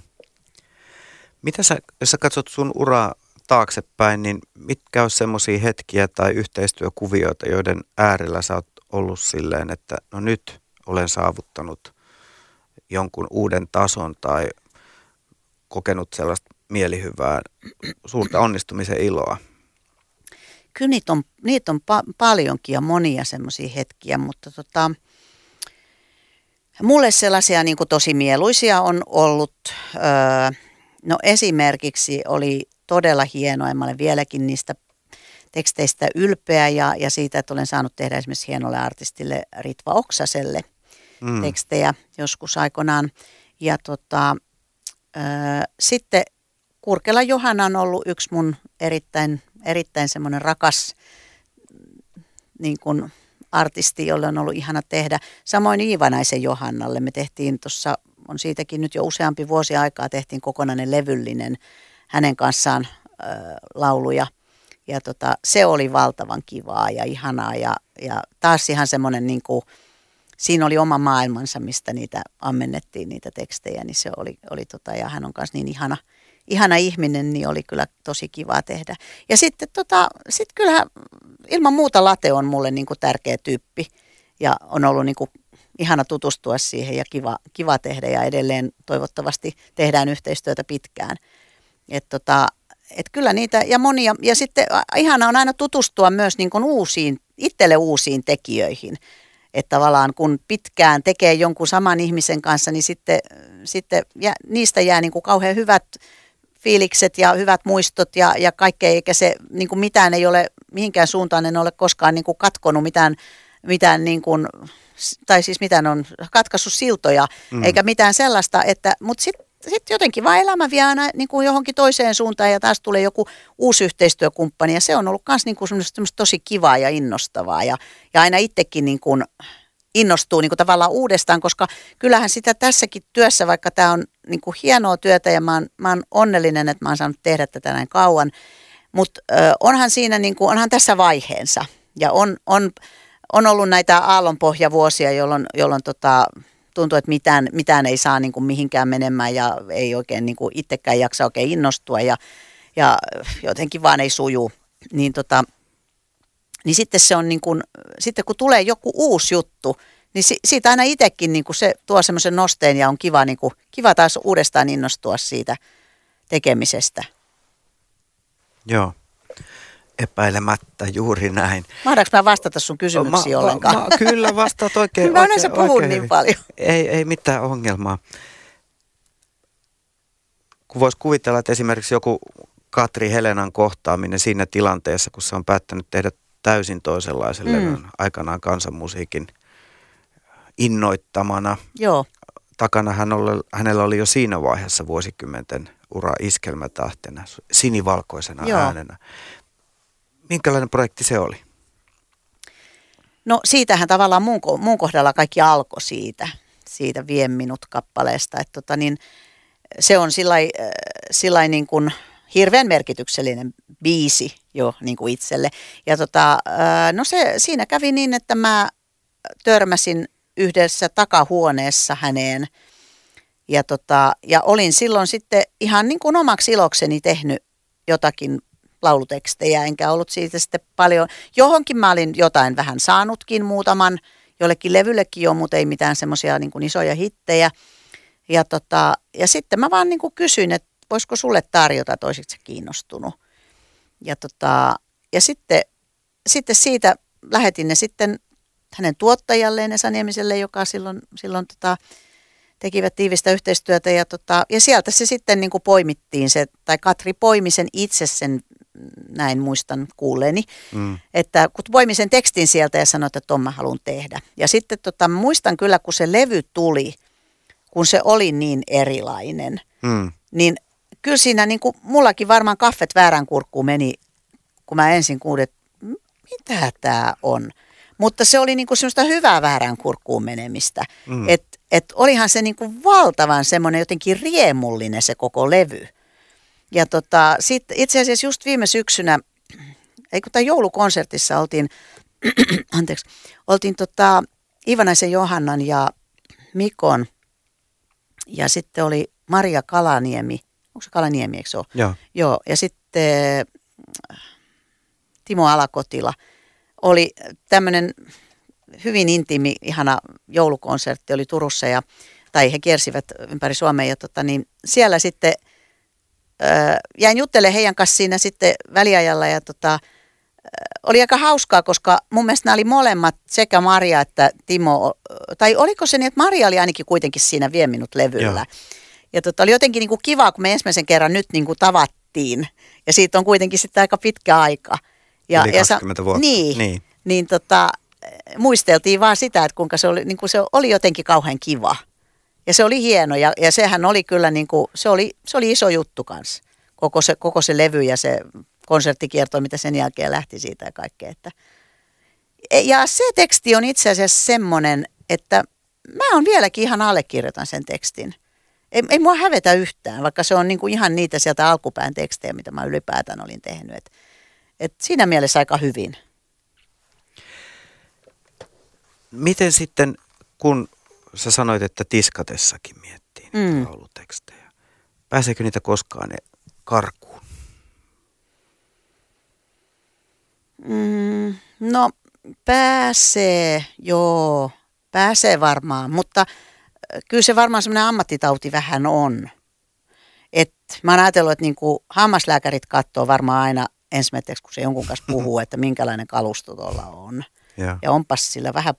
Mitä jos sä katsot sun uraa taaksepäin, niin mitkä on semmoisia hetkiä tai yhteistyökuvioita, joiden äärellä sä oot ollut silleen, että no nyt olen saavuttanut jonkun uuden tason tai kokenut sellaista mielihyvää, suurta onnistumisen iloa? Kyllä niitä on paljonkin ja monia semmoisia hetkiä, mutta mulle sellaisia niin kuin tosi mieluisia on ollut, no esimerkiksi oli todella hienoa ja mä olen vieläkin niistä teksteistä ylpeä ja siitä, että olen saanut tehdä esimerkiksi hienolle artistille Ritva Oksaselle tekstejä joskus aikoinaan. Ja sitten Kurkela Johanna on ollut yksi mun erittäin semmoinen rakas niin kuin artisti, jolle on ollut ihana tehdä. Samoin Iivanaisen Johannalle me tehtiin tuossa, on siitäkin nyt jo useampi vuosi aikaa, tehtiin kokonainen levyllinen hänen kanssaan lauluja. Ja se oli valtavan kivaa ja ihanaa ja taas ihan semmoinen niin kuin, siinä oli oma maailmansa, mistä niitä ammennettiin niitä tekstejä, niin se oli ja hän on myös niin ihana ihminen, niin oli kyllä tosi kivaa tehdä. Ja sitten sit kyllähän ilman muuta Late on mulle niin kuin tärkeä tyyppi ja on ollut niin kuin ihana tutustua siihen ja kiva tehdä ja edelleen toivottavasti tehdään yhteistyötä pitkään. Että kyllä niitä ja monia, ja sitten ihana on aina tutustua myös niin kuin itselle uusiin tekijöihin. Että tavallaan kun pitkään tekee jonkun saman ihmisen kanssa, niin sitten niistä jää niin kuin kauhean hyvät fiilikset ja hyvät muistot ja kaikkea, eikä se niin kuin mitään ei ole, mihinkään suuntaan en ole koskaan niin kuin katkonut mitään niin kuin, tai siis mitään on katkaissut siltoja, eikä mitään sellaista, mutta sitten jotenkin vaan elämä vie aina niin kuin johonkin toiseen suuntaan ja taas tulee joku uusi yhteistyökumppani ja se on ollut myös niin kuin semmoista tosi kivaa ja innostavaa ja aina itsekin niin kuin innostuu niin kuin tavallaan uudestaan, koska kyllähän sitä tässäkin työssä, vaikka tämä on niin kuin hienoa työtä ja mä oon onnellinen, että mä oon saanut tehdä tätä näin kauan, mutta onhan siinä niin kuin, onhan tässä vaiheensa ja on ollut näitä aallonpohjavuosia, jolloin tuntuu, että mitään ei saa niin kuin mihinkään menemään ja ei oikein niin kuin itsekään jaksa oikein innostua ja jotenkin vaan ei suju. Niin sitten se on niin kuin, sitten kun tulee joku uusi juttu, niin siitä aina itsekin niin kuin se tuo semmoisen nosteen ja on kiva, niin kuin, kiva taas uudestaan innostua siitä tekemisestä. Joo. Epäilemättä juuri näin. Mahdaanko mä vastata sun kysymyksiin ollenkaan? Kyllä vastaat oikein. Mä yleensä puhun niin paljon. Ei mitään ongelmaa. Kun voisi kuvitella, että esimerkiksi joku Katri Helenan kohtaaminen siinä tilanteessa, kun se on päättänyt tehdä täysin toisenlaisen levyn aikanaan kansanmusiikin innoittamana. Joo. Takana hänellä oli jo siinä vaiheessa vuosikymmenten ura iskelmätähtenä, sinivalkoisena äänenä. Minkälainen projekti se oli? No siitähän tavallaan mun kohdalla kaikki alkoi siitä Vie minut -kappaleesta. Että se on sillai niin kuin hirveän merkityksellinen biisi jo niin kuin itselle. Ja no siinä kävi niin, että mä törmäsin yhdessä takahuoneessa häneen. Ja olin silloin sitten ihan niin kuin omaksi ilokseni tehnyt jotakin laulutekstejä, enkä ollut siitä sitten paljon. Johonkin mä olin jotain vähän saanutkin, muutaman, jollekin levyllekin jo, mutta ei mitään semmoisia niin kuin isoja hittejä. Ja sitten mä vaan niin kuin kysyin, että voisiko sulle tarjota, että olisitko sä kiinnostunut. Ja sitten siitä lähetin ne sitten hänen tuottajalleen Esa Niemiselle, joka silloin tekivät tiivistä yhteistyötä ja sieltä se sitten niin kuin poimittiin tai Katri poimi sen itse sen, näin muistan kuulleeni, että kun poimi sen tekstin sieltä ja sanoi, että ton mä haluan tehdä. Ja sitten muistan kyllä, kun se levy tuli, kun se oli niin erilainen, niin kyllä siinä niin kuin mullakin varmaan kaffet väärään kurkkuun meni, kun mä ensin kuulin, että mitä tää on. Mutta se oli niinku semmoista hyvää väärään kurkkuun menemistä. Että olihan se niinku valtavan semmoinen jotenkin riemullinen se koko levy. Ja sitten itse asiassa just viime syksynä, joulukonsertissa oltiin Iivanaisen Johannan ja Mikon ja sitten oli Maria Kalaniemi. Onko se Kalaniemi, eikö se ole? Joo. Ja sitten Timo Alakotila. Oli tämmöinen hyvin intiimi, ihana joulukonsertti, oli Turussa tai he kiersivät ympäri Suomea ja siellä sitten jäin juttelemaan heidän kanssa siinä sitten väliajalla ja oli aika hauskaa, koska mun mielestä nämä oli molemmat, sekä Maria että Timo, tai oliko se niin, että Maria oli ainakin kuitenkin siinä Vie minut -levyllä. Ja oli jotenkin niin kuin kiva, kun me ensimmäisen kerran nyt niin kuin nettiin. Ja siitä on kuitenkin sitten aika pitkä aika. Yli 20 vuotta. Niin muisteltiin vaan sitä, että kuinka se oli jotenkin kauhean kiva. Ja se oli hieno ja sehän oli kyllä se oli iso juttu kanssa. Koko se levy ja se konserttikierto, mitä sen jälkeen lähti siitä ja kaikkea. Ja se teksti on itse asiassa semmoinen, että mä oon vieläkin ihan allekirjoitan sen tekstin. Ei mua hävetä yhtään, vaikka se on ihan niitä sieltä alkupään tekstejä, mitä mä ylipäätään olin tehnyt. Et siinä mielessä aika hyvin. Miten sitten, kun sä sanoit, että tiskatessakin miettii laulutekstejä, pääseekö niitä koskaan karkuun? No pääsee varmaan, mutta kyllä se varmaan semmoinen ammattitauti vähän on. Mä oon ajatellut, että hammaslääkärit katsoo varmaan aina ensimmäiseksi, kun se jonkun kanssa puhuu, että minkälainen kalusto tuolla on. Ja onpas sillä vähän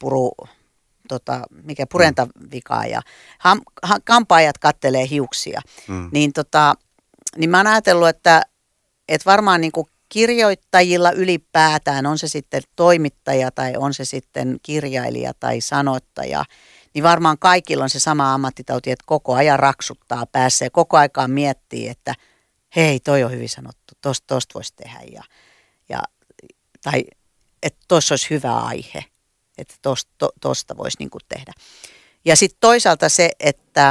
purentavikaa ja kampaajat kattelee hiuksia. Niin mä oon ajatellut, että varmaan kirjoittajilla ylipäätään, on se sitten toimittaja tai on se sitten kirjailija tai sanottaja, niin varmaan kaikilla on se sama ammattitauti, että koko ajan raksuttaa päässä ja koko aikaan miettii, että hei, toi on hyvin sanottu, tosta voisi tehdä tai että tuossa olisi hyvä aihe, että tosta voisi tehdä. Ja sitten toisaalta se, että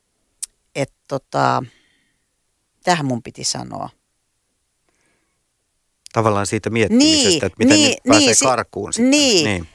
tähän mun piti sanoa. Tavallaan siitä miettimisestä, että miten pääsee karkuun sitten.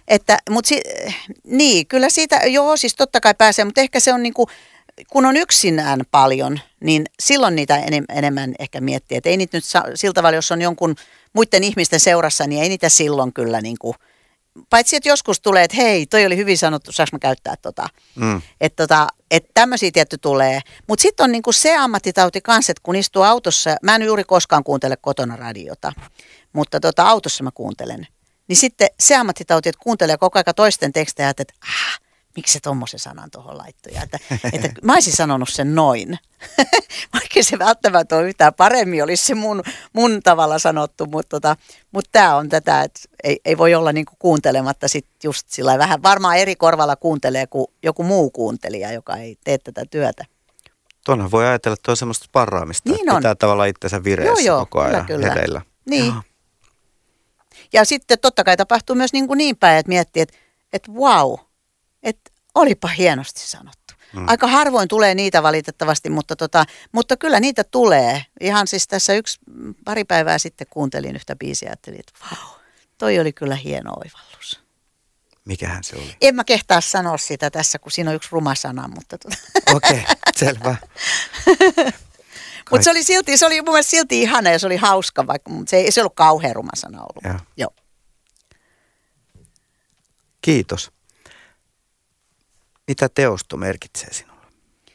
Kyllä siitä, siis totta kai pääsee, mutta ehkä se on kun on yksinään paljon, niin silloin niitä enemmän ehkä miettii. Että ei niitä nyt sillä tavalla, jos on jonkun muiden ihmisten seurassa, niin ei niitä silloin kyllä paitsi että joskus tulee, että hei, toi oli hyvin sanottu, saanko mä käyttää tota. Että tämmöisiä tietty tulee. Mutta sitten on se ammattitauti kanssa, että kun istuu autossa, mä en juuri koskaan kuuntele kotona radiota, mutta autossa mä kuuntelen. Niin sitten se ammattitauti, että kuuntelee koko ajan toisten tekstejä, että miksi se tommosen sanan tuohon laittoi? Että mä olisin sanonut sen noin. Vaikka se välttämättä on yhtään paremmin, olisi se mun tavalla sanottu, mutta tämä on tätä, että ei voi olla kuuntelematta sit just sillä vähän. Varmaan eri korvalla kuuntelee kuin joku muu kuuntelija, joka ei tee tätä työtä. Tuonne voi ajatella, että on semmoista sparraamista, niin että pitää tavallaan itsensä vireessä koko ajan hereillä. Niin. Joo. Ja sitten totta kai tapahtuu myös niin päin, että miettii, että vau, että olipa hienosti sanottu. Aika harvoin tulee niitä valitettavasti, mutta kyllä niitä tulee. Ihan siis tässä pari päivää sitten kuuntelin yhtä biisiä ja ajattelin, että vau, toi oli kyllä hieno oivallus. Mikähän se oli? En mä kehtaa sanoa sitä tässä, kun siinä on yksi ruma sana, mutta Okei, selvä. Mutta se oli mun mielestä silti ihana ja se oli hauska, mutta se ei ollut kauhean ruma sana ollut. Joo. Kiitos. Mitä teosto merkitsee sinulle?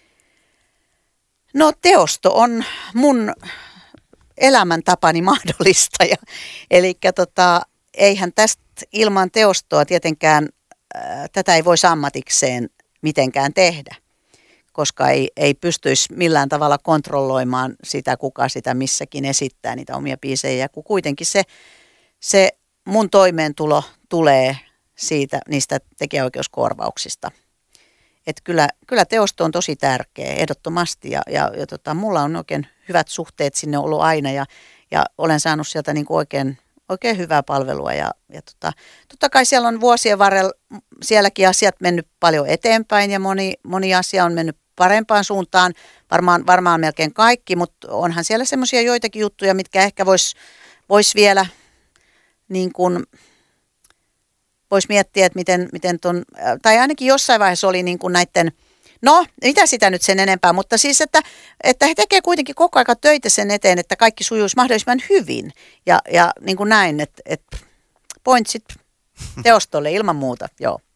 No teosto on mun elämäntapani mahdollistaja. Eli eihän tästä ilman teostoa tietenkään tätä ei voisi ammatikseen mitenkään tehdä, koska ei pystyisi millään tavalla kontrolloimaan sitä, kuka sitä missäkin esittää niitä omia biisejä, kun kuitenkin se mun toimeentulo tulee niistä tekijäoikeuskorvauksista. Että kyllä teosto on tosi tärkeä, ehdottomasti, ja mulla on oikein hyvät suhteet sinne ollut aina, ja olen saanut sieltä oikein hyvää palvelua, ja totta kai siellä on vuosien varrella sielläkin asiat mennyt paljon eteenpäin, ja moni asia on mennyt parempaan suuntaan, varmaan melkein kaikki, mutta onhan siellä semmoisia joitakin juttuja, mitkä ehkä vois vielä voisi miettiä, että miten tai ainakin jossain vaiheessa oli näiden, no mitä sitä nyt sen enempää, mutta siis, että he tekee kuitenkin koko ajan töitä sen eteen, että kaikki sujuisi mahdollisimman hyvin. Ja niin kuin näin, että pointsit teostolle ilman muuta, joo.